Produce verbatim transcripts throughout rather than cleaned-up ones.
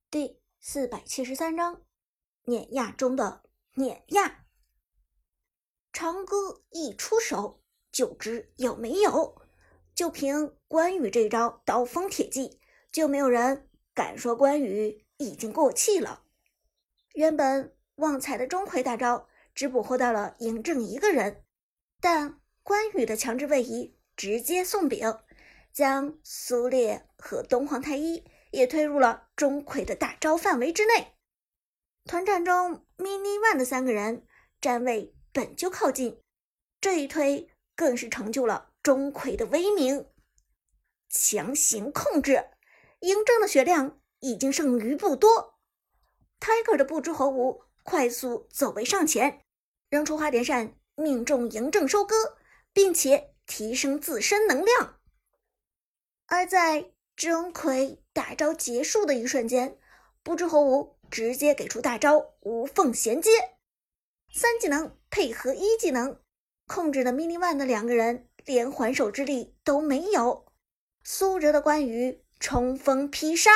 第四百七十三章，碾压中的碾压。长歌一出手，就知有没有。就凭关羽这招刀锋铁骑，就没有人敢说关羽已经过气了。原本旺财的钟馗大招只捕获到了嬴政一个人，但关羽的强制位移直接送饼，将苏烈和东皇太一也推入了钟馗的大招范围之内。团战中 mini one 的三个人站位本就靠近，这一推更是成就了钟馗的威名。强行控制，嬴政的血量已经剩余不多。Tiger 的不知火舞快速走位上前，扔出花点扇命中嬴政收割，并且提升自身能量。而在钟馗大招结束的一瞬间，不知火舞直接给出大招无缝衔接，三技能配合一技能，控制的 mini one 的两个人连还手之力都没有。苏哲的关羽冲锋劈杀，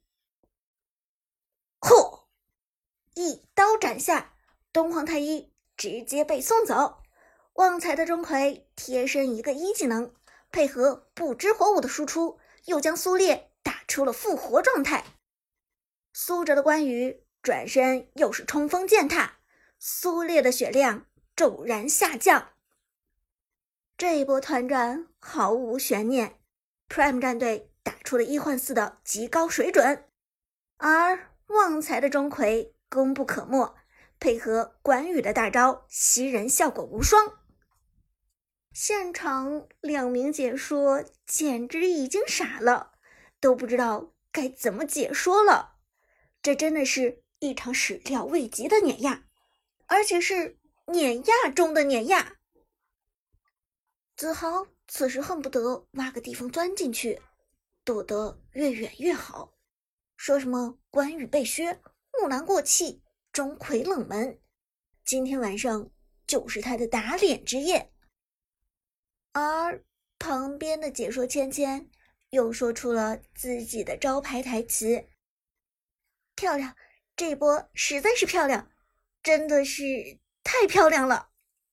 嚯！一刀斩下，东皇太一直接被送走。旺财的钟馗贴身一个一技能，配合不知火舞的输出，又将苏烈打出了复活状态。苏哲的关羽转身又是冲锋践踏，苏烈的血量骤然下降。这一波团战毫无悬念， Prime 战队打出了一换四的极高水准，而旺财的钟馗功不可没，配合关羽的大招吸人效果无双。现场两名解说简直已经傻了，都不知道该怎么解说了。这真的是一场始料未及的碾压，而且是碾压中的碾压。子豪此时恨不得挖个地方钻进去，躲得越远越好。说什么关羽被削，木兰过气，钟馗冷门，今天晚上就是他的打脸之夜。而旁边的解说芊芊又说出了自己的招牌台词：漂亮，这波实在是漂亮，真的是太漂亮了。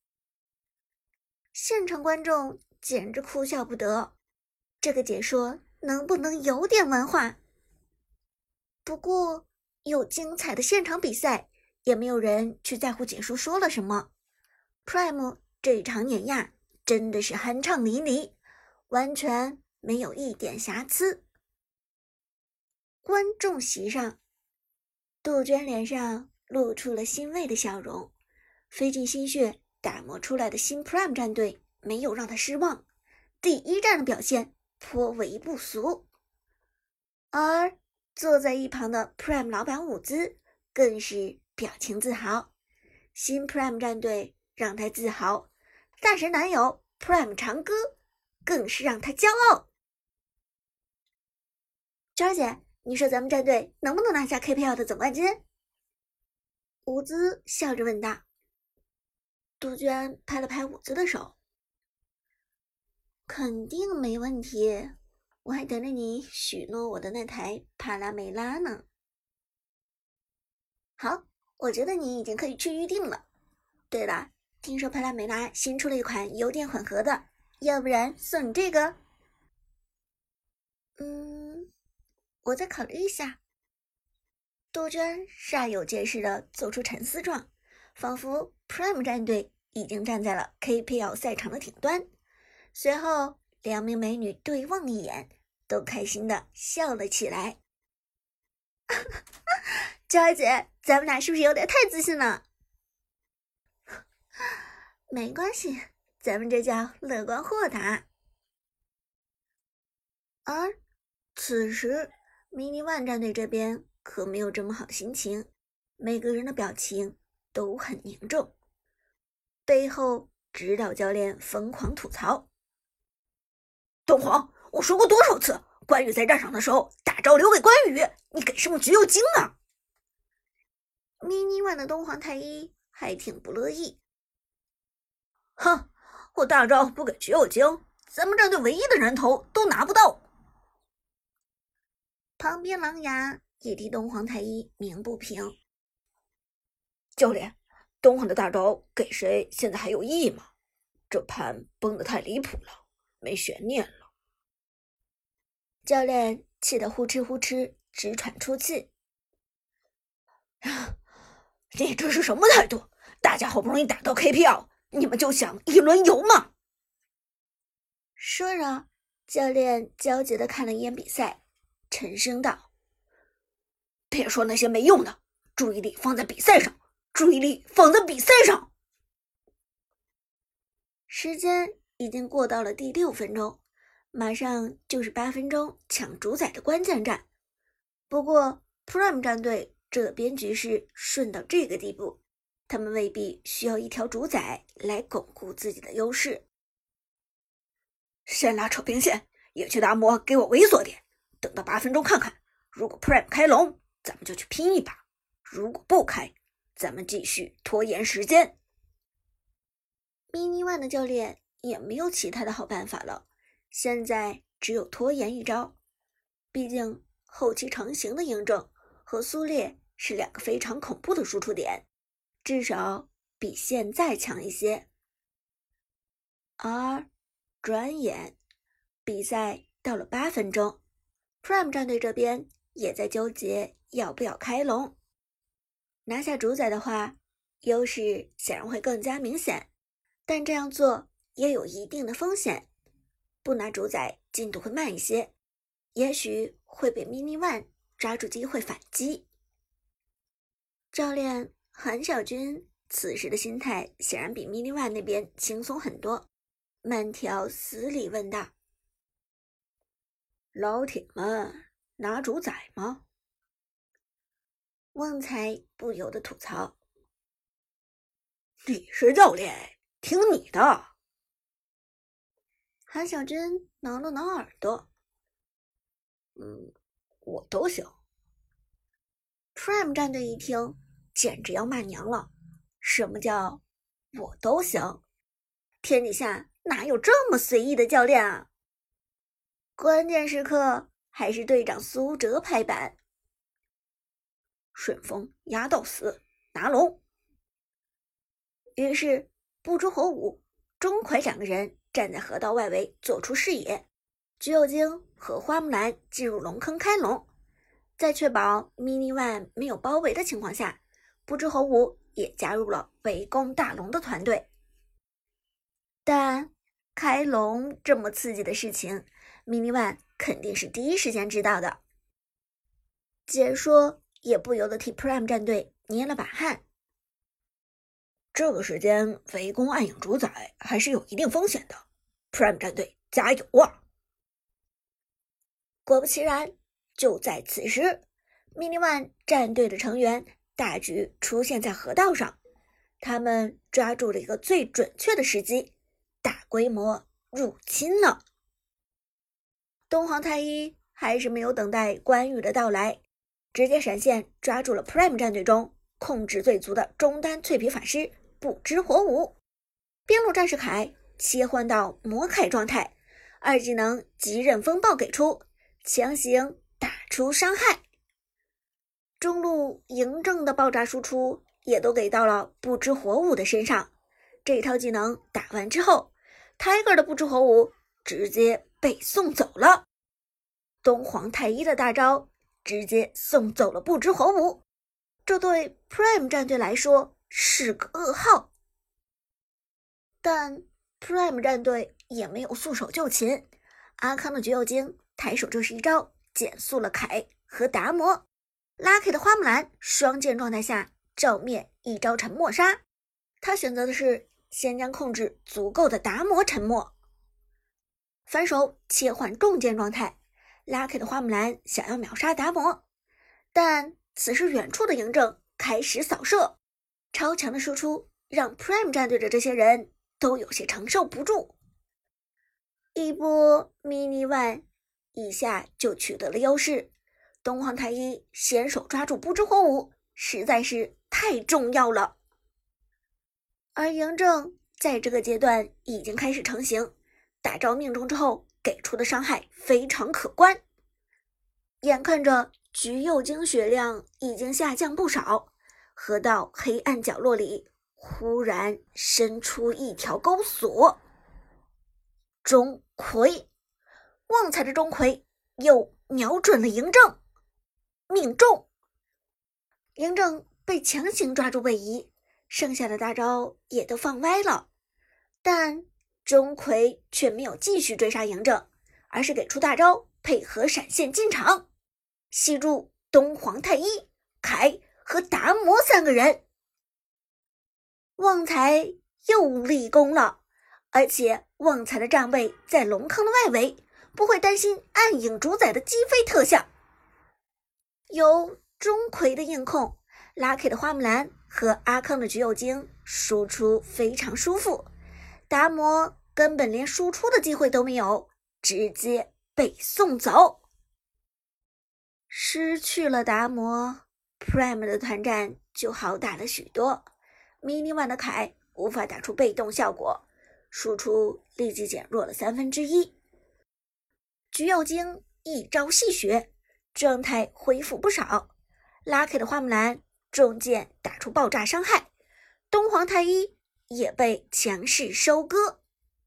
现场观众简直哭笑不得，这个解说能不能有点文化？不过有精彩的现场比赛，也没有人去在乎解说说了什么。 Prime 这场碾压真的是酣畅淋漓，完全没有一点瑕疵。观众席上，杜鹃脸上露出了欣慰的笑容，费尽心血打磨出来的新 Prime 战队没有让他失望，第一战的表现颇为不俗。而坐在一旁的 Prime 老板伍兹更是表情自豪，新 Prime 战队让他自豪，大神男友 Prime 长歌更是让他骄傲。娟儿姐，你说咱们战队能不能拿下 K P L 的总冠军？伍兹笑着问道。杜鹃拍了拍伍兹的手，肯定没问题，我还等着你许诺我的那台帕拉梅拉呢。好，我觉得你已经可以去预定了。对了，听说帕拉梅拉新出了一款油电混合的，要不然送你这个？嗯，我再考虑一下。杜鹃煞有介事地做出沉思状，仿佛 Prime 战队已经站在了 K P L 赛场的顶端。随后两名美女对望一眼，都开心地笑了起来。娇儿姐，咱们俩是不是有点太自信了？没关系，咱们这叫乐观豁达。而此时 mini one 战队这边可没有这么好心情，每个人的表情都很凝重。背后指导教练疯狂吐槽： 东皇，我说过多少次，关羽在战场的时候大招留给关羽，你给什么橘右京啊？ mini one 的东皇太一还挺不乐意。 哼，我大招不给橘右京，咱们战队唯一的人头都拿不到。 旁边狼牙也替东皇太一鸣不平。 教练，东皇的大招给谁现在还有意义吗？这盘崩得太离谱了，没悬念了。 教练气得呼哧呼哧直喘粗气。 你这是什么态度？大家好不容易打到 K P L， 你们就想一轮游吗？ 说着，教练焦急地看了一眼比赛，沉声道： 别说那些没用的，注意力放在比赛上，注意力放在比赛上。 时间已经过到了第六分钟，马上就是八分钟抢主宰的关键战。不过 Prime 战队这边局势顺到这个地步，他们未必需要一条主宰来巩固自己的优势。 先拉扯兵线，野区达摩给我猥琐点，等到八分钟看看，如果 Prime 开龙，咱们就去拼一把，如果不开，咱们继续拖延时间。 mini one 的教练也没有其他的好办法了，现在只有拖延一招。毕竟后期成型的嬴政和苏烈是两个非常恐怖的输出点，至少比现在强一些。而转眼比赛到了八分钟 ，Prime 战队这边也在纠结要不要开龙。拿下主宰的话，优势显然会更加明显，但这样做也有一定的风险。不拿主宰，进度会慢一些，也许会被 mini one 抓住机会反击。教练韩小军此时的心态显然比 mini one 那边轻松很多，慢条斯理问道： 老铁们，拿主宰吗？ 旺财不由得吐槽： 你是教练，听你的。 韩小军挠了挠耳朵： 嗯，我都行。 Prime 战队一听，简直要骂娘了。什么叫我都行？天底下哪有这么随意的教练啊？关键时刻还是队长苏哲拍板。 顺风压到死，拿龙。 于是不知火舞、钟馗两个人站在河道外围做出视野，橘右京和花木兰进入龙坑开龙。在确保 mini one 没有包围的情况下，不知火舞也加入了围攻大龙的团队。但开龙这么刺激的事情 ，mini one 肯定是第一时间知道的。解说也不由得替 Prime 战队捏了把汗。 这个时间围攻暗影主宰还是有一定风险的 ，Prime 战队加油啊！ 果不其然，就在此时 ，mini one 战队的成员大举出现在河道上，他们抓住了一个最准确的时机，大规模入侵了。东皇太一还是没有等待关羽的到来，直接闪现抓住了 Prime 战队中控制最足的中单脆皮法师不知火舞。边路战士铠切换到魔铠状态，二技能极刃风暴给出，强行打出伤害。中路嬴政的爆炸输出也都给到了不知火舞的身上。这套技能打完之后 ，Tiger 的不知火舞直接被送走了。东皇太一的大招直接送走了不知火舞，这对 Prime 战队来说是个噩耗。但 Prime 战队也没有束手就擒，阿康的橘右京抬手就是一招减速了凯和达摩。Lucky 的花木兰双剑状态下照面一招沉默杀，他选择的是先将控制足够的达摩沉默，反手切换重剑状态。Lucky 的花木兰想要秒杀达摩，但此时远处的嬴政开始扫射，超强的输出让 Prime 战队的这些人都有些承受不住。一波 mini one 一下就取得了优势，东皇太一先手抓住不知火舞实在是太重要了。而嬴政在这个阶段已经开始成型，大招命中之后给出的伤害非常可观。眼看着橘右京血量已经下降不少，河道黑暗角落里忽然伸出一条钩索。钟馗，旺财的钟馗又瞄准了嬴政，命中。嬴政被强行抓住位移，剩下的大招也都放歪了，但钟馗却没有继续追杀嬴政，而是给出大招配合闪现进场，吸住东皇太一、凯和达摩三个人。旺财又立功了，而且旺财的站位在龙坑的外围，不会担心暗影主宰的击飞特效。由钟馗的硬控， Lucky 的花木兰和阿康的橘右京输出非常舒服，达摩根本连输出的机会都没有，直接被送走。失去了达摩， Prime 的团战就好打了许多。Mini One 的凯无法打出被动效果，输出立即减弱了三分之一。橘右京一招戏谑，状态恢复不少。Lucky 的花木兰中箭打出爆炸伤害，东皇太一也被强势收割。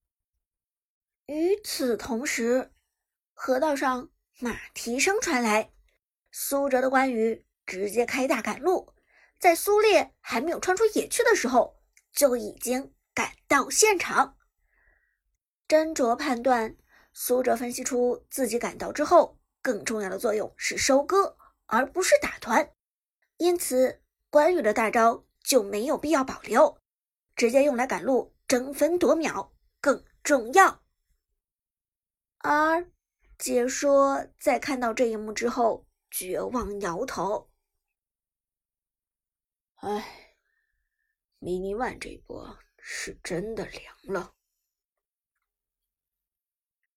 与此同时，河道上马蹄声传来，苏哲的关羽直接开大赶路，在苏烈还没有穿出野区的时候，就已经赶到现场。斟酌判断，苏哲分析出自己赶到之后，更重要的作用是收割，而不是打团，因此关羽的大招就没有必要保留，直接用来赶路争分夺秒更重要。而解说在看到这一幕之后，绝望摇头。 唉，迷你万这波是真的凉了。